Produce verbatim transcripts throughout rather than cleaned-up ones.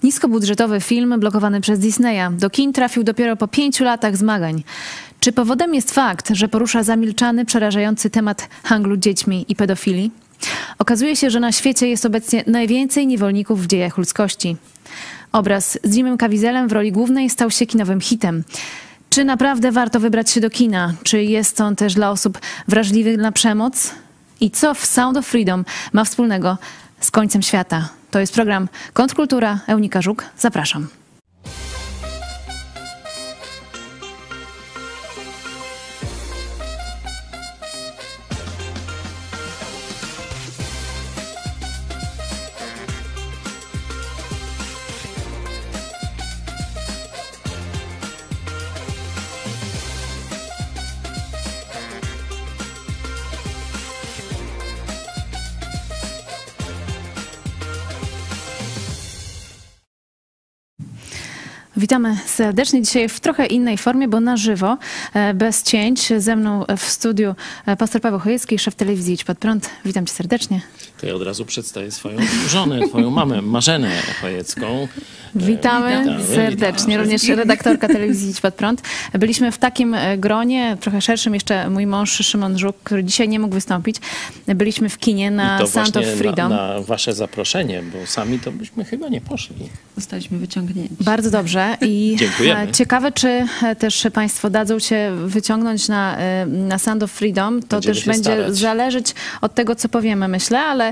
Niskobudżetowy film blokowany przez Disneya do kin trafił dopiero po pięciu latach zmagań. Czy powodem jest fakt, że porusza zamilczany, przerażający temat handlu dziećmi i pedofilii? Okazuje się, że na świecie jest obecnie najwięcej niewolników w dziejach ludzkości. Obraz z Jimem Caviezelem w roli głównej stał się kinowym hitem. Czy naprawdę warto wybrać się do kina? Czy jest on też dla osób wrażliwych na przemoc? I co w Sound of Freedom ma wspólnego z końcem świata? To jest program Kontrkultura. Eunika Żuk. Zapraszam. Witamy serdecznie dzisiaj w trochę innej formie, bo na żywo, bez cięć. Ze mną w studiu pastor Paweł Chojecki, szef telewizji Idź Pod Prąd. Witam cię serdecznie. To ja od razu przedstawię swoją żonę, twoją mamę, Marzenę Chojecką. Witamy, Witamy serdecznie. Witamy. Również redaktorka telewizji Idź Pod Prąd. Byliśmy w takim gronie, trochę szerszym, jeszcze mój mąż Szymon Żuk, który dzisiaj nie mógł wystąpić. Byliśmy w kinie na Sound of Freedom. Na, na wasze zaproszenie, bo sami to byśmy chyba nie poszli. Zostaliśmy wyciągnięci. Bardzo dobrze. I dziękujemy. Ciekawe, czy też państwo dadzą się wyciągnąć na, na Sound of Freedom. To Będziemy też będzie starać. zależeć od tego, co powiemy, myślę, ale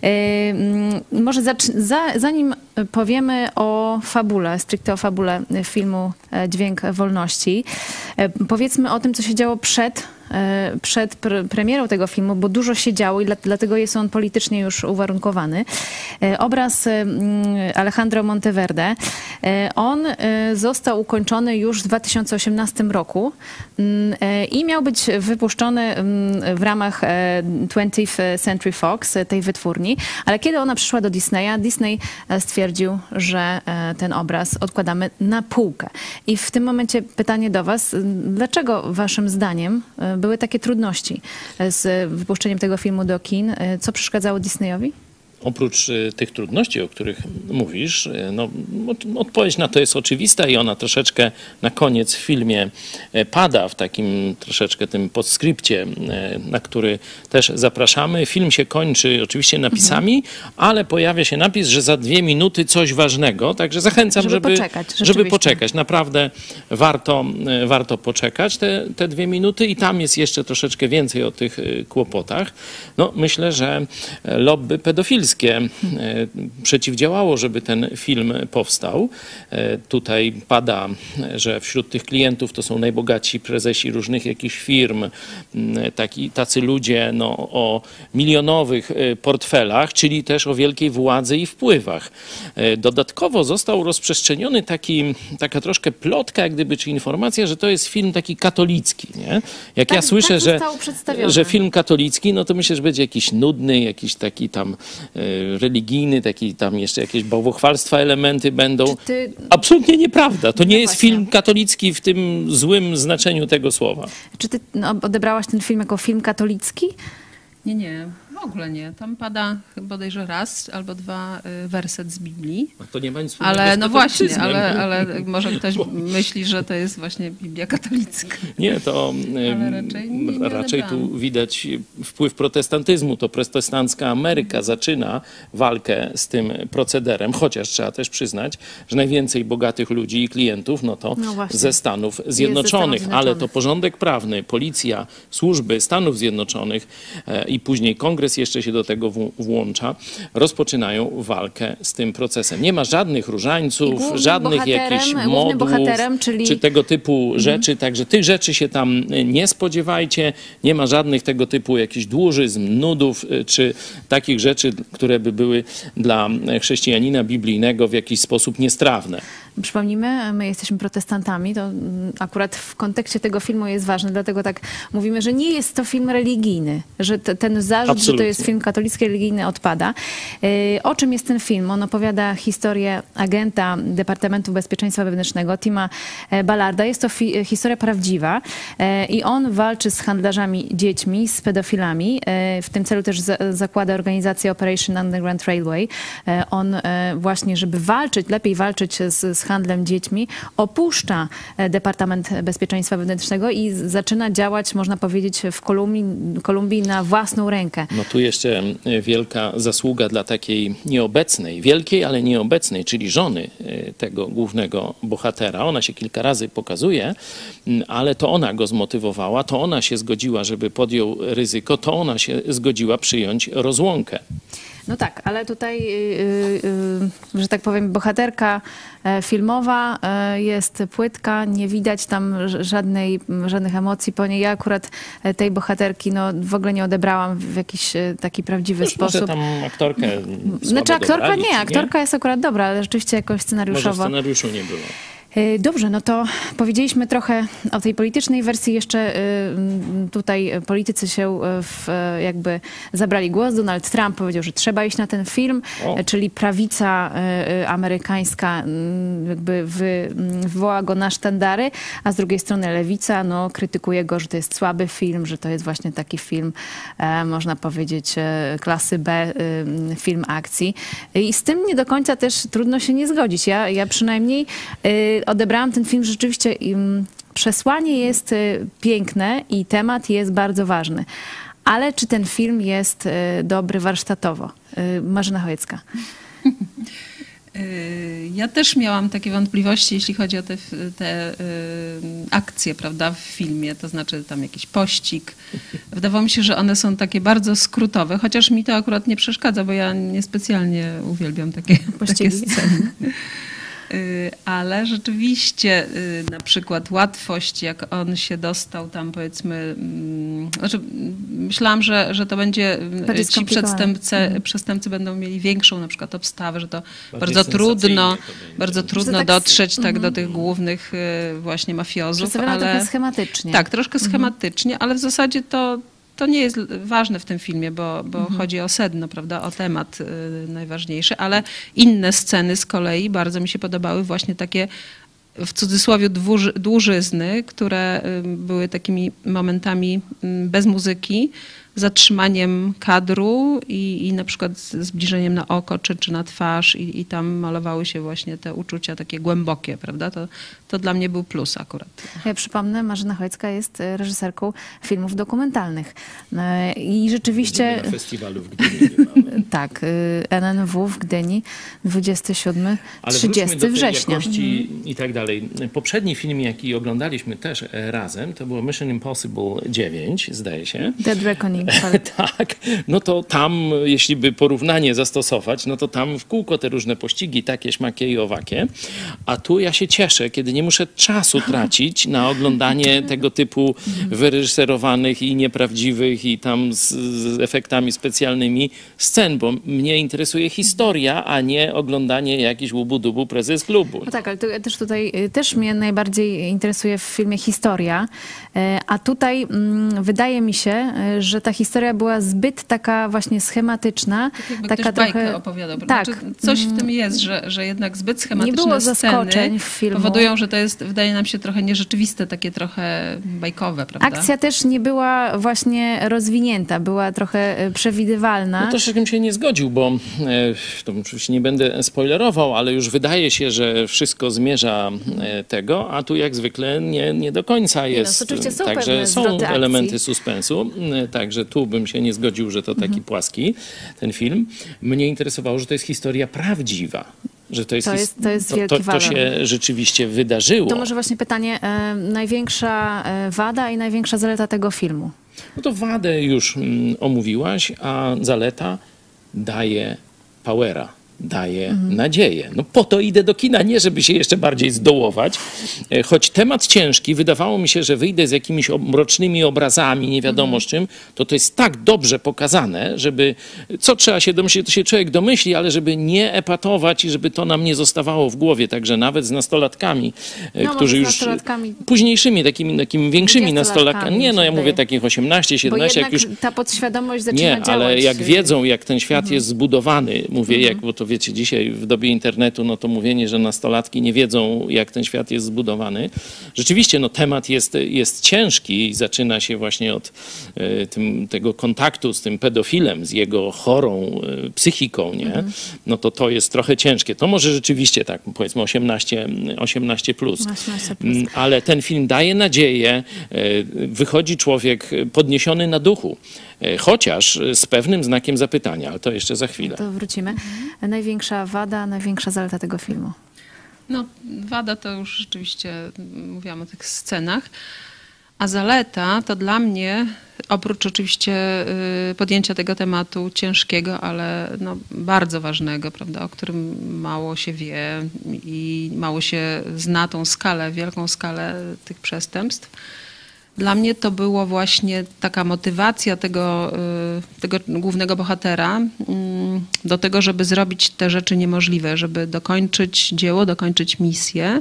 yy, może za, zanim powiemy o fabule, stricte o fabule filmu Dźwięk Wolności, powiedzmy o tym, co się działo przed przed premierą tego filmu, bo dużo się działo i dlatego jest on politycznie już uwarunkowany. Obraz Alejandro Monteverde, on został ukończony już w dwa tysiące osiemnastym roku i miał być wypuszczony w ramach twentieth Century Fox, tej wytwórni, ale kiedy ona przyszła do Disneya, Disney stwierdził, że ten obraz odkładamy na półkę. I w tym momencie pytanie do was, dlaczego waszym zdaniem były takie trudności z wypuszczeniem tego filmu do kin? Co przeszkadzało Disneyowi? Oprócz tych trudności, o których mówisz, no, odpowiedź na to jest oczywista i ona troszeczkę na koniec w filmie pada w takim troszeczkę tym postscripcie, na który też zapraszamy. Film się kończy oczywiście napisami, mhm. ale pojawia się napis, że za dwie minuty coś ważnego, także zachęcam, żeby, żeby poczekać. Żeby poczekać. Naprawdę warto, warto poczekać te, te dwie minuty i tam jest jeszcze troszeczkę więcej o tych kłopotach. No, myślę, że lobby pedofilskie przeciwdziałało, żeby ten film powstał. Tutaj pada, że wśród tych klientów to są najbogatsi prezesi różnych jakichś firm, taki, tacy ludzie no, o milionowych portfelach, czyli też o wielkiej władzy i wpływach. Dodatkowo został rozprzestrzeniony taki, taka troszkę plotka, jak gdyby, czy informacja, że to jest film taki katolicki. Nie? Jak tak, ja słyszę, tak że, że film katolicki, no to myślę, że będzie jakiś nudny, jakiś taki tam religijny, taki tam jeszcze jakieś bałwochwalstwa elementy będą. Ty... Absolutnie nieprawda. To no nie jest właśnie. Film katolicki w tym złym znaczeniu tego słowa. Czy ty no, odebrałaś ten film jako film katolicki? Nie, nie. W ogóle nie. Tam pada bodajże raz albo dwa werset z Biblii. A to nie ma nic wspólnego ale z no właśnie, ale, ale może ktoś Bo... myśli, że to jest właśnie Biblia katolicka. Nie, to ale raczej, nie, nie raczej tu widać wpływ protestantyzmu. To protestancka Ameryka zaczyna walkę z tym procederem, chociaż trzeba też przyznać, że najwięcej bogatych ludzi i klientów, no to no ze Stanów Zjednoczonych. Zjednoczonych. Ale to porządek prawny, policja, służby Stanów Zjednoczonych e, i później kongres jeszcze się do tego włącza, rozpoczynają walkę z tym procesem. Nie ma żadnych różańców, żadnych jakichś modłów, czyli... czy tego typu mhm. rzeczy, także tych rzeczy się tam nie spodziewajcie. Nie ma żadnych tego typu jakichś dłużyzm, nudów, czy takich rzeczy, które by były dla chrześcijanina biblijnego w jakiś sposób niestrawne. Przypomnijmy, my jesteśmy protestantami, to akurat w kontekście tego filmu jest ważne, dlatego tak mówimy, że nie jest to film religijny, że t- ten zarzut, Absolutnie. że to jest film katolicki, religijny odpada. O czym jest ten film? On opowiada historię agenta Departamentu Bezpieczeństwa Wewnętrznego, Tima Ballarda. Jest to fi- historia prawdziwa i on walczy z handlarzami dziećmi, z pedofilami. W tym celu też z- zakłada organizację Operation Underground Railway. On właśnie, żeby walczyć, lepiej walczyć z, z handlem dziećmi, opuszcza Departament Bezpieczeństwa Wewnętrznego i zaczyna działać, można powiedzieć, w Kolumbii, Kolumbii na własną rękę. No tu jeszcze wielka zasługa dla takiej nieobecnej, wielkiej, ale nieobecnej, czyli żony tego głównego bohatera. Ona się kilka razy pokazuje, ale to ona go zmotywowała, to ona się zgodziła, żeby podjął ryzyko, to ona się zgodziła przyjąć rozłąkę. No tak, ale tutaj, yy, yy, że tak powiem, bohaterka filmowa jest płytka, nie widać tam żadnej, żadnych emocji po niej. Ja akurat tej bohaterki no, w ogóle nie odebrałam w jakiś taki prawdziwy Wiesz, sposób. Może tam aktorkę Znaczy aktorka dobrali, nie, aktorka nie? jest akurat dobra, ale rzeczywiście jakoś scenariuszowo. Może w scenariuszu nie było. Dobrze, no to powiedzieliśmy trochę o tej politycznej wersji. Jeszcze tutaj politycy się w, jakby zabrali głos. Donald Trump powiedział, że trzeba iść na ten film, o. czyli prawica amerykańska jakby wy, wywoła go na sztandary, a z drugiej strony lewica no, krytykuje go, że to jest słaby film, że to jest właśnie taki film, można powiedzieć, klasy B, film akcji. I z tym nie do końca też trudno się nie zgodzić. Ja, ja przynajmniej odebrałam ten film, rzeczywiście przesłanie jest piękne i temat jest bardzo ważny. Ale czy ten film jest dobry warsztatowo? Marzena Chojecka. Ja też miałam takie wątpliwości, jeśli chodzi o te, te akcje, prawda, w filmie, to znaczy tam jakiś pościg. Wydawało mi się, że one są takie bardzo skrótowe, chociaż mi to akurat nie przeszkadza, bo ja niespecjalnie uwielbiam takie, takie sceny. Ale rzeczywiście na przykład łatwość, jak on się dostał tam powiedzmy, znaczy myślałam, że, że to będzie, będzie ci przestępcy, mm. przestępcy będą mieli większą na przykład obstawę, że to Bardziej bardzo trudno, bardzo trudno tak, dotrzeć tak mm. do tych głównych właśnie mafiozów. Przedstawione ale trochę schematycznie. Tak, troszkę schematycznie, mm. ale w zasadzie to To nie jest ważne w tym filmie, bo, bo mhm. chodzi o sedno, prawda, o temat y, najważniejszy, ale inne sceny z kolei bardzo mi się podobały, właśnie takie w cudzysłowie dłuży, dłużyzny, które y, były takimi momentami y, bez muzyki, zatrzymaniem kadru i, i na przykład zbliżeniem na oko czy, czy na twarz i, i tam malowały się właśnie te uczucia takie głębokie, prawda? To, to dla mnie był plus akurat. Ja przypomnę, Marzena Chojecka jest reżyserką filmów dokumentalnych. I rzeczywiście... Będziemy na festiwalu w Gdyni. Tak, N N W w Gdyni, dwudziestego siódmego do trzydziestego września. Jakości i tak dalej. Poprzedni film, jaki oglądaliśmy też razem, to było Mission Impossible dziewięć, zdaje się. Dead Reckoning. Tak, no to tam, jeśli by porównanie zastosować, no to tam w kółko te różne pościgi, takie, śmakie i owakie. A tu ja się cieszę, kiedy nie muszę czasu tracić na oglądanie tego typu wyreżyserowanych i nieprawdziwych i tam z, z efektami specjalnymi scen, bo mnie interesuje historia, a nie oglądanie jakichś łubu-dubu prezes klubu. No tak, ale to też tutaj też mnie najbardziej interesuje w filmie historia, a tutaj mm, wydaje mi się, że ta historia była zbyt taka właśnie schematyczna. Tak jakby taka ktoś trochę bajkę opowiadał. Tak. Znaczy, coś w tym jest, że, że jednak zbyt schematyczne nie było zaskoczeń sceny w filmu. Powodują, że to jest, wydaje nam się, trochę nierzeczywiste, takie trochę bajkowe, prawda? Akcja też nie była właśnie rozwinięta, była trochę przewidywalna. No troszeczkę bym się nie zgodził, bo to oczywiście nie będę spoilerował, ale już wydaje się, że wszystko zmierza tego, a tu jak zwykle nie, nie do końca jest. Nie, no, oczywiście są Także są zwroty elementy akcji. suspensu, także tu bym się nie zgodził, że to taki mhm. płaski ten film. Mnie interesowało, że to jest historia prawdziwa. Że to jest, to jest, to jest wielki to, to, to się rzeczywiście wydarzyło. To może właśnie pytanie, e, największa wada i największa zaleta tego filmu? No to wadę już mm, omówiłaś, a zaleta daje powera. daje mhm. nadzieję. No po to idę do kina, nie żeby się jeszcze bardziej zdołować. Choć temat ciężki, wydawało mi się, że wyjdę z jakimiś mrocznymi obrazami, nie wiadomo mhm. z czym, to to jest tak dobrze pokazane, żeby, co trzeba się domyślić, to się człowiek domyśli, ale żeby nie epatować i żeby to nam nie zostawało w głowie. Także nawet z nastolatkami, no, którzy już nastolatkami... późniejszymi, takimi, takimi większymi nastolatkami, nie no ja mówię takich osiemnaście, siedemnaście, jak już... ta podświadomość zaczyna nie, działać. ale jak wiedzą, jak ten świat mhm. jest zbudowany, mówię, mhm. jak, bo to wiecie, dzisiaj w dobie internetu, no to mówienie, że nastolatki nie wiedzą, jak ten świat jest zbudowany. Rzeczywiście, no temat jest, jest ciężki i zaczyna się właśnie od y, tym, tego kontaktu z tym pedofilem, z jego chorą y, psychiką, nie? Mhm. No to to jest trochę ciężkie. To może rzeczywiście tak, powiedzmy osiemnaście, osiemnaście plus. osiemnaście plus. Ale ten film daje nadzieję, y, wychodzi człowiek podniesiony na duchu. Chociaż z pewnym znakiem zapytania, ale to jeszcze za chwilę. To wrócimy. Największa wada, największa zaleta tego filmu? No, wada to już rzeczywiście mówiłam o tych scenach. A zaleta to dla mnie, oprócz oczywiście podjęcia tego tematu ciężkiego, ale no bardzo ważnego, prawda, o którym mało się wie i mało się zna tą skalę, wielką skalę tych przestępstw, dla mnie to było właśnie taka motywacja tego, tego głównego bohatera do tego, żeby zrobić te rzeczy niemożliwe, żeby dokończyć dzieło, dokończyć misję.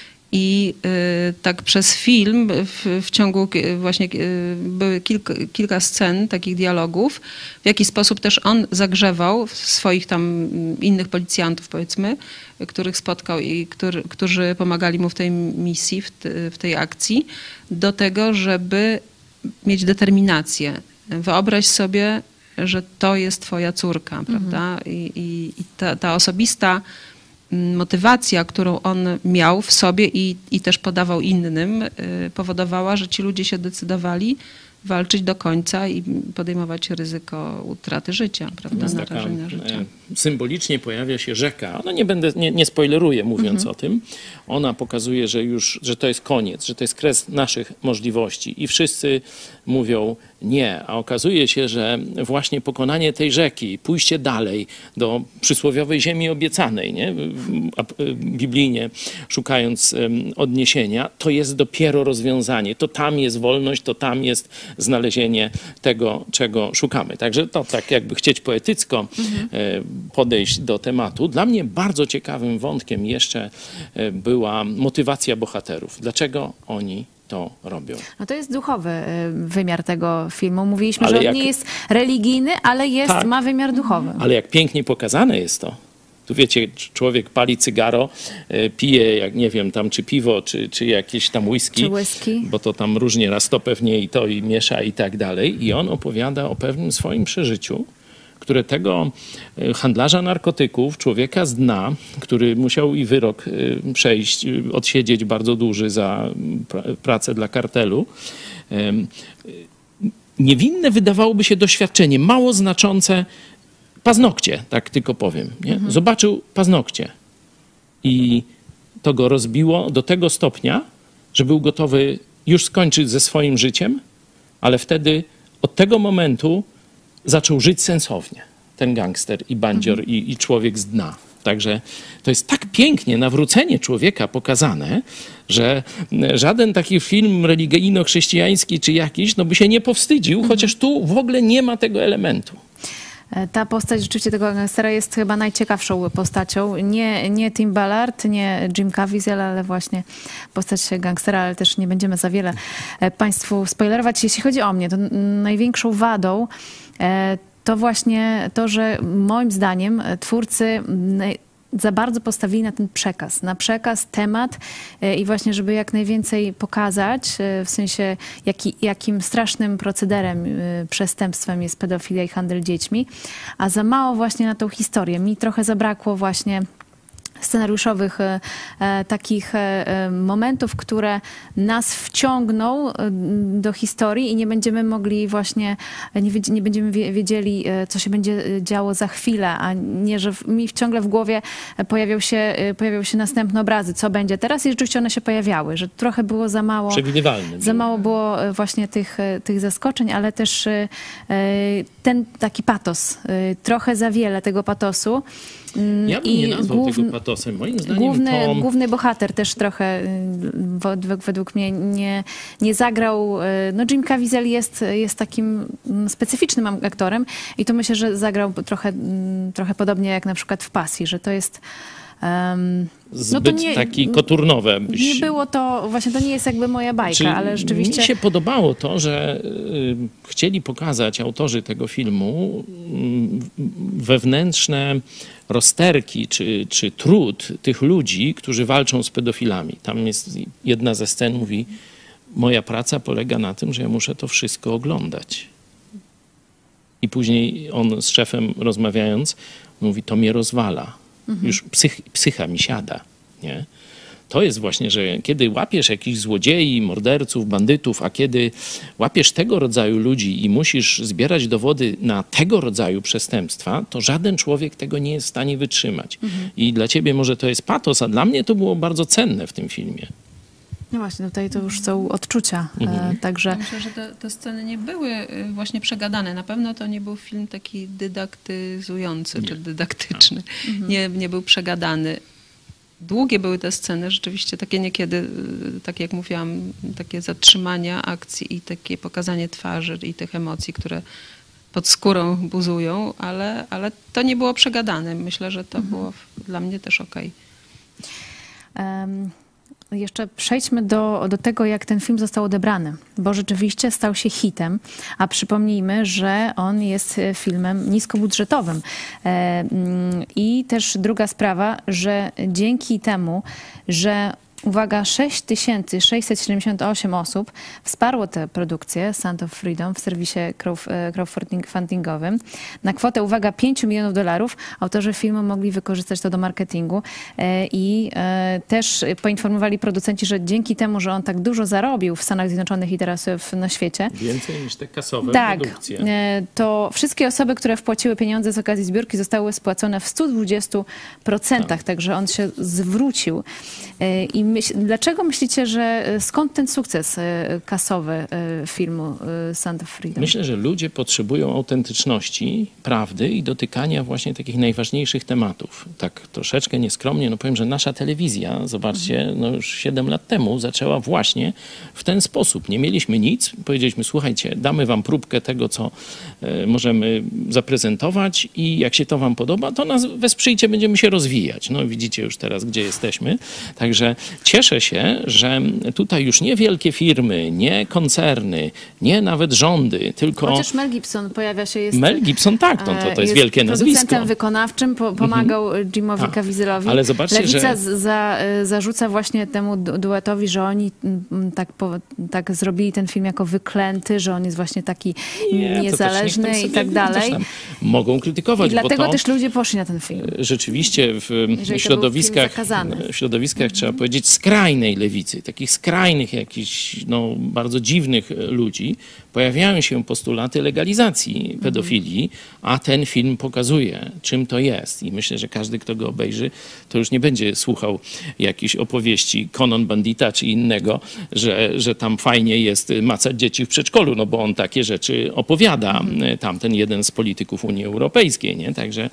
I y, tak przez film w, w ciągu właśnie y, były kilka, kilka scen takich dialogów, w jaki sposób też on zagrzewał swoich tam innych policjantów, powiedzmy, których spotkał i który, którzy pomagali mu w tej misji, w, te, w tej akcji, do tego, żeby mieć determinację. Wyobraź sobie, że to jest twoja córka, mhm. prawda? I, i, i ta, ta osobista motywacja, którą on miał w sobie i, i też podawał innym, powodowała, że ci ludzie się decydowali walczyć do końca i podejmować ryzyko utraty życia, prawda, narażenia życia. Symbolicznie pojawia się rzeka. No nie będę, nie, nie spoileruję mówiąc mhm. o tym. Ona pokazuje, że już, że to jest koniec, że to jest kres naszych możliwości i wszyscy mówią nie, a okazuje się, że właśnie pokonanie tej rzeki, pójście dalej do przysłowiowej ziemi obiecanej, nie? Biblijnie szukając odniesienia, to jest dopiero rozwiązanie. To tam jest wolność, to tam jest znalezienie tego, czego szukamy. Także to tak jakby chcieć poetycko mhm. podejść do tematu. Dla mnie bardzo ciekawym wątkiem jeszcze była motywacja bohaterów. Dlaczego oni to robią? No to jest duchowy wymiar tego filmu. Mówiliśmy, ale że on jak... nie jest religijny, ale jest, tak, ma wymiar duchowy. Ale jak pięknie pokazane jest to. Tu wiecie, człowiek pali cygaro, pije, jak nie wiem, tam czy piwo, czy, czy jakieś tam whisky, czy whisky, bo to tam różnie, raz to pewnie i to i miesza i tak dalej. I on opowiada o pewnym swoim przeżyciu, które tego handlarza narkotyków, człowieka z dna, który musiał i wyrok przejść, odsiedzieć bardzo duży za pracę dla kartelu, niewinne wydawałoby się doświadczenie, mało znaczące, paznokcie, tak tylko powiem. Nie? Mhm. Zobaczył paznokcie i to go rozbiło do tego stopnia, że był gotowy już skończyć ze swoim życiem, ale wtedy od tego momentu zaczął żyć sensownie. Ten gangster i bandzior mhm. i, i człowiek z dna. Także to jest tak pięknie nawrócenie człowieka pokazane, że żaden taki film religijno-chrześcijański czy jakiś, no by się nie powstydził, mhm. chociaż tu w ogóle nie ma tego elementu. Ta postać rzeczywiście tego gangstera jest chyba najciekawszą postacią. Nie, nie Tim Ballard, nie Jim Caviezel, ale właśnie postać gangstera, ale też nie będziemy za wiele Państwu spoilerować. Jeśli chodzi o mnie, to największą wadą to właśnie to, że moim zdaniem twórcy za bardzo postawili na ten przekaz, na przekaz, temat i właśnie, żeby jak najwięcej pokazać, w sensie jaki, jakim strasznym procederem, przestępstwem jest pedofilia i handel dziećmi, a za mało właśnie na tą historię. Mi trochę zabrakło właśnie scenariuszowych e, takich e, momentów, które nas wciągną do historii i nie będziemy mogli właśnie, nie, nie będziemy wiedzieli, co się będzie działo za chwilę, a nie, że w, mi ciągle w głowie pojawiał się, pojawiały się następne obrazy, co będzie teraz i rzeczywiście one się pojawiały, że trochę było za mało, przewidywalne. Za mało było właśnie tych, tych zaskoczeń, ale też ten taki patos, trochę za wiele tego patosu. Ja bym nie nazwał głów... tego patosem. Moim zdaniem główny, to... główny bohater też trochę według, według mnie nie, nie zagrał. No Jim Caviezel jest, jest takim specyficznym aktorem i to myślę, że zagrał trochę, trochę podobnie jak na przykład w Pasji, że to jest... Um, Zbyt no to nie, taki koturnowe. Byś... Nie było to, właśnie to nie jest jakby moja bajka, Czy ale rzeczywiście... Mi się podobało to, że y, chcieli pokazać autorzy tego filmu y, wewnętrzne rozterki czy, czy trud tych ludzi, którzy walczą z pedofilami. Tam jest jedna ze scen, mówi, moja praca polega na tym, że ja muszę to wszystko oglądać. I później on z szefem rozmawiając mówi, to mnie rozwala. Mhm. Już psych, psycha mi siada, nie? To jest właśnie, że kiedy łapiesz jakichś złodziei, morderców, bandytów, a kiedy łapiesz tego rodzaju ludzi i musisz zbierać dowody na tego rodzaju przestępstwa, to żaden człowiek tego nie jest w stanie wytrzymać. Mhm. I dla ciebie może to jest patos, a dla mnie to było bardzo cenne w tym filmie. No właśnie, tutaj to już są odczucia. Mhm. Także... Ja myślę, że te, te sceny nie były właśnie przegadane. Na pewno to nie był film taki dydaktyzujący, nie. czy dydaktyczny. Mhm. Nie, nie był przegadany. Długie były te sceny, rzeczywiście takie niekiedy, tak jak mówiłam, takie zatrzymania akcji i takie pokazanie twarzy i tych emocji, które pod skórą buzują, ale, ale to nie było przegadane. Myślę, że to mhm. było dla mnie też okej. Um. Jeszcze przejdźmy do, do tego, jak ten film został odebrany, bo rzeczywiście stał się hitem, a przypomnijmy, że on jest filmem niskobudżetowym. I też druga sprawa, że dzięki temu, że uwaga, sześć tysięcy sześćset siedemdziesiąt osiem osób wsparło tę produkcję Sound of Freedom w serwisie crowdfundingowym. Na kwotę, uwaga, pięć milionów dolarów autorzy filmu mogli wykorzystać to do marketingu i też poinformowali producenci, że dzięki temu, że on tak dużo zarobił w Stanach Zjednoczonych i teraz w, na świecie. Więcej niż te kasowe tak, produkcje. To wszystkie osoby, które wpłaciły pieniądze z okazji zbiórki, zostały spłacone w stu dwudziestu procentach, tak. Także on się zwrócił. I myśl, dlaczego myślicie, że skąd ten sukces kasowy filmu Sound of Freedom? Myślę, że ludzie potrzebują autentyczności, prawdy i dotykania właśnie takich najważniejszych tematów. Tak troszeczkę nieskromnie, no powiem, że nasza telewizja, zobaczcie, mhm. no już siedem lat temu zaczęła właśnie w ten sposób. Nie mieliśmy nic, powiedzieliśmy, słuchajcie, damy wam próbkę tego, co y, możemy zaprezentować i jak się to wam podoba, to nas wesprzyjcie, będziemy się rozwijać. No widzicie już teraz, gdzie jesteśmy. Także cieszę się, że tutaj już nie wielkie firmy, nie koncerny, nie nawet rządy, tylko... Chociaż Mel Gibson pojawia się... Jest, Mel Gibson, tak, to, to, to jest, jest wielkie nazwisko. Jest producentem wykonawczym, po, pomagał mm-hmm. Jimowi tak. Caviezelowi. Ale zobaczcie, Lewica że... za, zarzuca właśnie temu duetowi, że oni tak, po, tak zrobili ten film jako wyklęty, że on jest właśnie taki nie, niezależny i tak dalej. Mogą krytykować, I dlatego bo to też ludzie poszli na ten film. Rzeczywiście w Jeżeli środowiskach, w środowiskach mm-hmm. trzeba powiedzieć skrajnej lewicy, takich skrajnych jakichś no, bardzo dziwnych ludzi, pojawiają się postulaty legalizacji pedofilii, a ten film pokazuje, czym to jest. I myślę, że każdy, kto go obejrzy, to już nie będzie słuchał jakichś opowieści Conan Bandita czy innego, że, że tam fajnie jest macać dzieci w przedszkolu, no bo on takie rzeczy opowiada, tamten jeden z polityków Unii Europejskiej. Nie? Także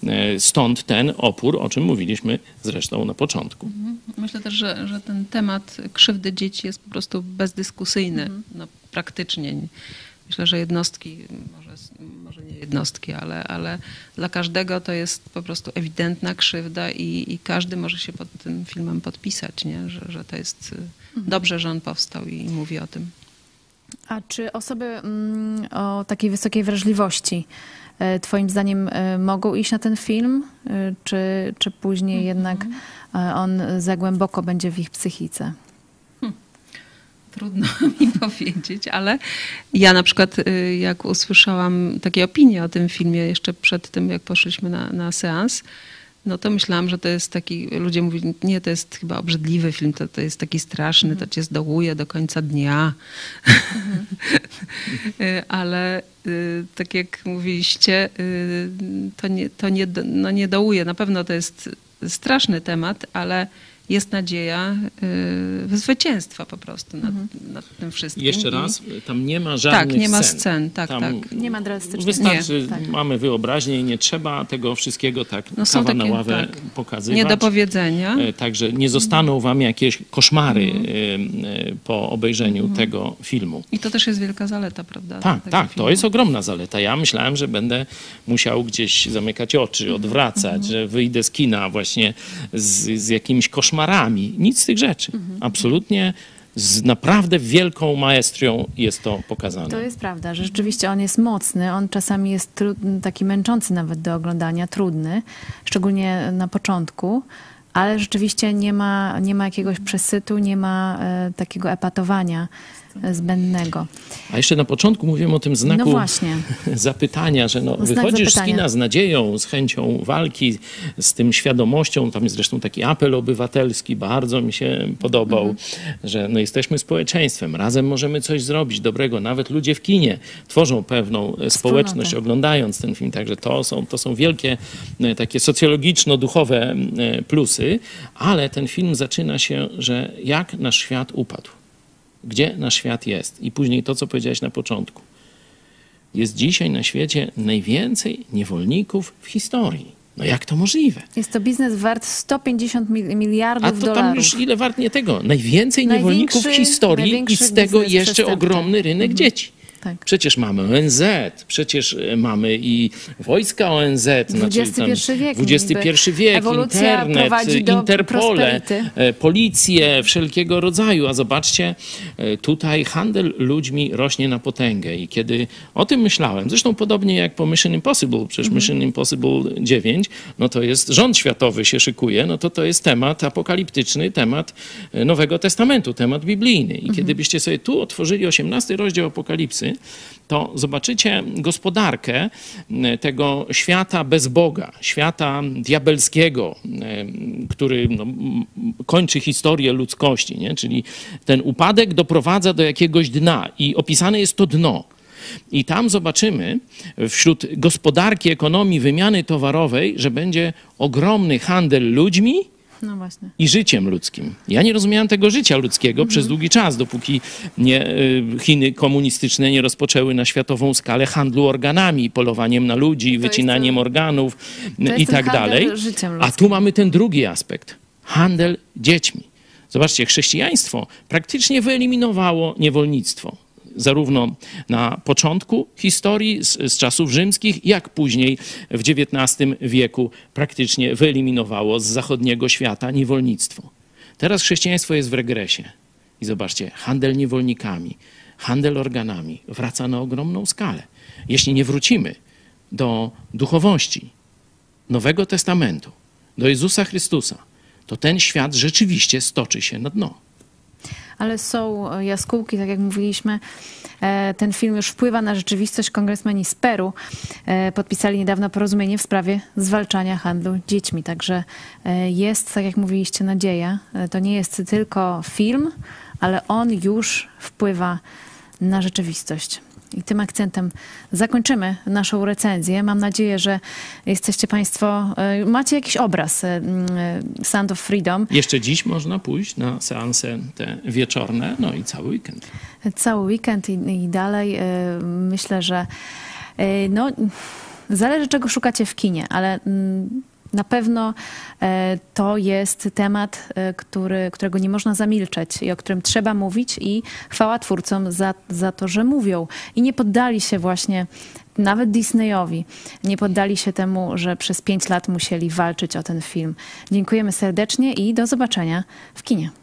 stąd ten opór, o czym mówiliśmy zresztą na początku. Myślę też, że, że ten temat krzywdy dzieci jest po prostu bezdyskusyjny, mhm. no, praktycznie. Myślę, że jednostki, może, może nie jednostki, ale, ale dla każdego to jest po prostu ewidentna krzywda i, i każdy może się pod tym filmem podpisać, nie? Że, że to jest mhm. dobrze, że on powstał i mówi o tym. A czy osoby mm, o takiej wysokiej wrażliwości twoim zdaniem mogą iść na ten film, czy, czy później mhm. jednak on za głęboko będzie w ich psychice? Hmm. Trudno mi powiedzieć, ale ja na przykład jak usłyszałam takie opinie o tym filmie jeszcze przed tym, jak poszliśmy na, na seans, no to myślałam, że to jest taki, ludzie mówili, nie, to jest chyba obrzydliwy film, to, to jest taki straszny, mhm. to cię zdołuje do końca dnia. Mhm. Ale y, tak jak mówiliście, y, to, nie, to nie, no nie dołuje. Na pewno to jest straszny temat, ale jest nadzieja y, zwycięstwa po prostu nad, mhm. nad tym wszystkim. Jeszcze raz, tam nie ma żadnych Tak, nie ma scen. scen, tak, tam tak. Nie ma drastycznych. Wystarczy, nie, tak. mamy wyobraźnię i nie trzeba tego wszystkiego tak No są kawa takie, na ławę tak, pokazywać. nie do powiedzenia. Także nie zostaną wam jakieś koszmary Mhm. po obejrzeniu Mhm. tego filmu. I to też jest wielka zaleta, prawda? Tak, tak, filmu. to jest ogromna zaleta. Ja myślałem, że będę musiał gdzieś zamykać oczy, odwracać, mhm. że wyjdę z kina właśnie z, z jakimiś koszmarami. Nic z tych rzeczy. Mhm. Absolutnie z naprawdę wielką maestrią jest to pokazane. To jest prawda, że rzeczywiście on jest mocny, on czasami jest trudny, taki męczący nawet do oglądania, trudny, szczególnie na początku, ale rzeczywiście nie ma, nie ma jakiegoś przesytu, nie ma e, takiego epatowania zbędnego. A jeszcze na początku mówiłem o tym znaku no właśnie. zapytania, że no, Znak wychodzisz zapytania. z kina z nadzieją, z chęcią walki, z tym świadomością. Tam jest zresztą taki apel obywatelski, bardzo mi się podobał, mhm. że no, jesteśmy społeczeństwem, razem możemy coś zrobić dobrego. Nawet ludzie w kinie tworzą pewną Wspólnotę. społeczność, oglądając ten film. Także to są, to są wielkie takie socjologiczno-duchowe plusy, ale ten film zaczyna się, że jak nasz świat upadł. Gdzie nasz świat jest. I później to, co powiedziałeś na początku. Jest dzisiaj na świecie najwięcej niewolników w historii. No jak to możliwe? Jest to biznes wart sto pięćdziesiąt miliardów A to dolarów. tam już ile wart nie tego? Najwięcej niewolników w historii i z tego jeszcze ogromny rynek mhm. dzieci. Tak. Przecież mamy O N Z, przecież mamy i wojska O N Z. dwudziesty pierwszy wiek. dwudziesty pierwszy wiek, internet, Interpole, policje wszelkiego rodzaju. A zobaczcie, tutaj handel ludźmi rośnie na potęgę. I kiedy o tym myślałem, zresztą podobnie jak po Mission Impossible, przecież mm-hmm. Mission Impossible dziewięć, no to jest rząd światowy się szykuje, no to to jest temat apokaliptyczny, temat Nowego Testamentu, temat biblijny. I mm-hmm. kiedy byście sobie tu otworzyli osiemnasty rozdział Apokalipsy, to zobaczycie gospodarkę tego świata bez Boga, świata diabelskiego, który no, kończy historię ludzkości, nie? Czyli ten upadek doprowadza do jakiegoś dna i opisane jest to dno. I tam zobaczymy wśród gospodarki, ekonomii, wymiany towarowej, że będzie ogromny handel ludźmi, no właśnie. i życiem ludzkim. Ja nie rozumiałem tego życia ludzkiego mhm. przez długi czas, dopóki nie, Chiny komunistyczne nie rozpoczęły na światową skalę handlu organami, polowaniem na ludzi, wycinaniem ten, organów i tak dalej. A tu mamy ten drugi aspekt. Handel dziećmi. Zobaczcie, chrześcijaństwo praktycznie wyeliminowało niewolnictwo. Zarówno na początku historii z, z czasów rzymskich, jak później w dziewiętnastym wieku praktycznie wyeliminowało z zachodniego świata niewolnictwo. Teraz chrześcijaństwo jest w regresie. I zobaczcie, handel niewolnikami, handel organami wraca na ogromną skalę. Jeśli nie wrócimy do duchowości Nowego Testamentu, do Jezusa Chrystusa, to ten świat rzeczywiście stoczy się na dno. Ale są jaskółki, tak jak mówiliśmy. Ten film już wpływa na rzeczywistość. Kongresmeni z Peru podpisali niedawno porozumienie w sprawie zwalczania handlu dziećmi. Także jest, tak jak mówiliście, nadzieja. To nie jest tylko film, ale on już wpływa na rzeczywistość. I tym akcentem zakończymy naszą recenzję. Mam nadzieję, że jesteście Państwo, macie jakiś obraz Sound of Freedom. Jeszcze dziś można pójść na seanse te wieczorne, no i cały weekend. Cały weekend i, i dalej. Myślę, że no, zależy czego szukacie w kinie, ale na pewno to jest temat, który, którego nie można zamilczeć i o którym trzeba mówić i chwała twórcom za, za to, że mówią. I nie poddali się właśnie, nawet Disneyowi, nie poddali się temu, że przez pięć lat musieli walczyć o ten film. Dziękujemy serdecznie i do zobaczenia w kinie.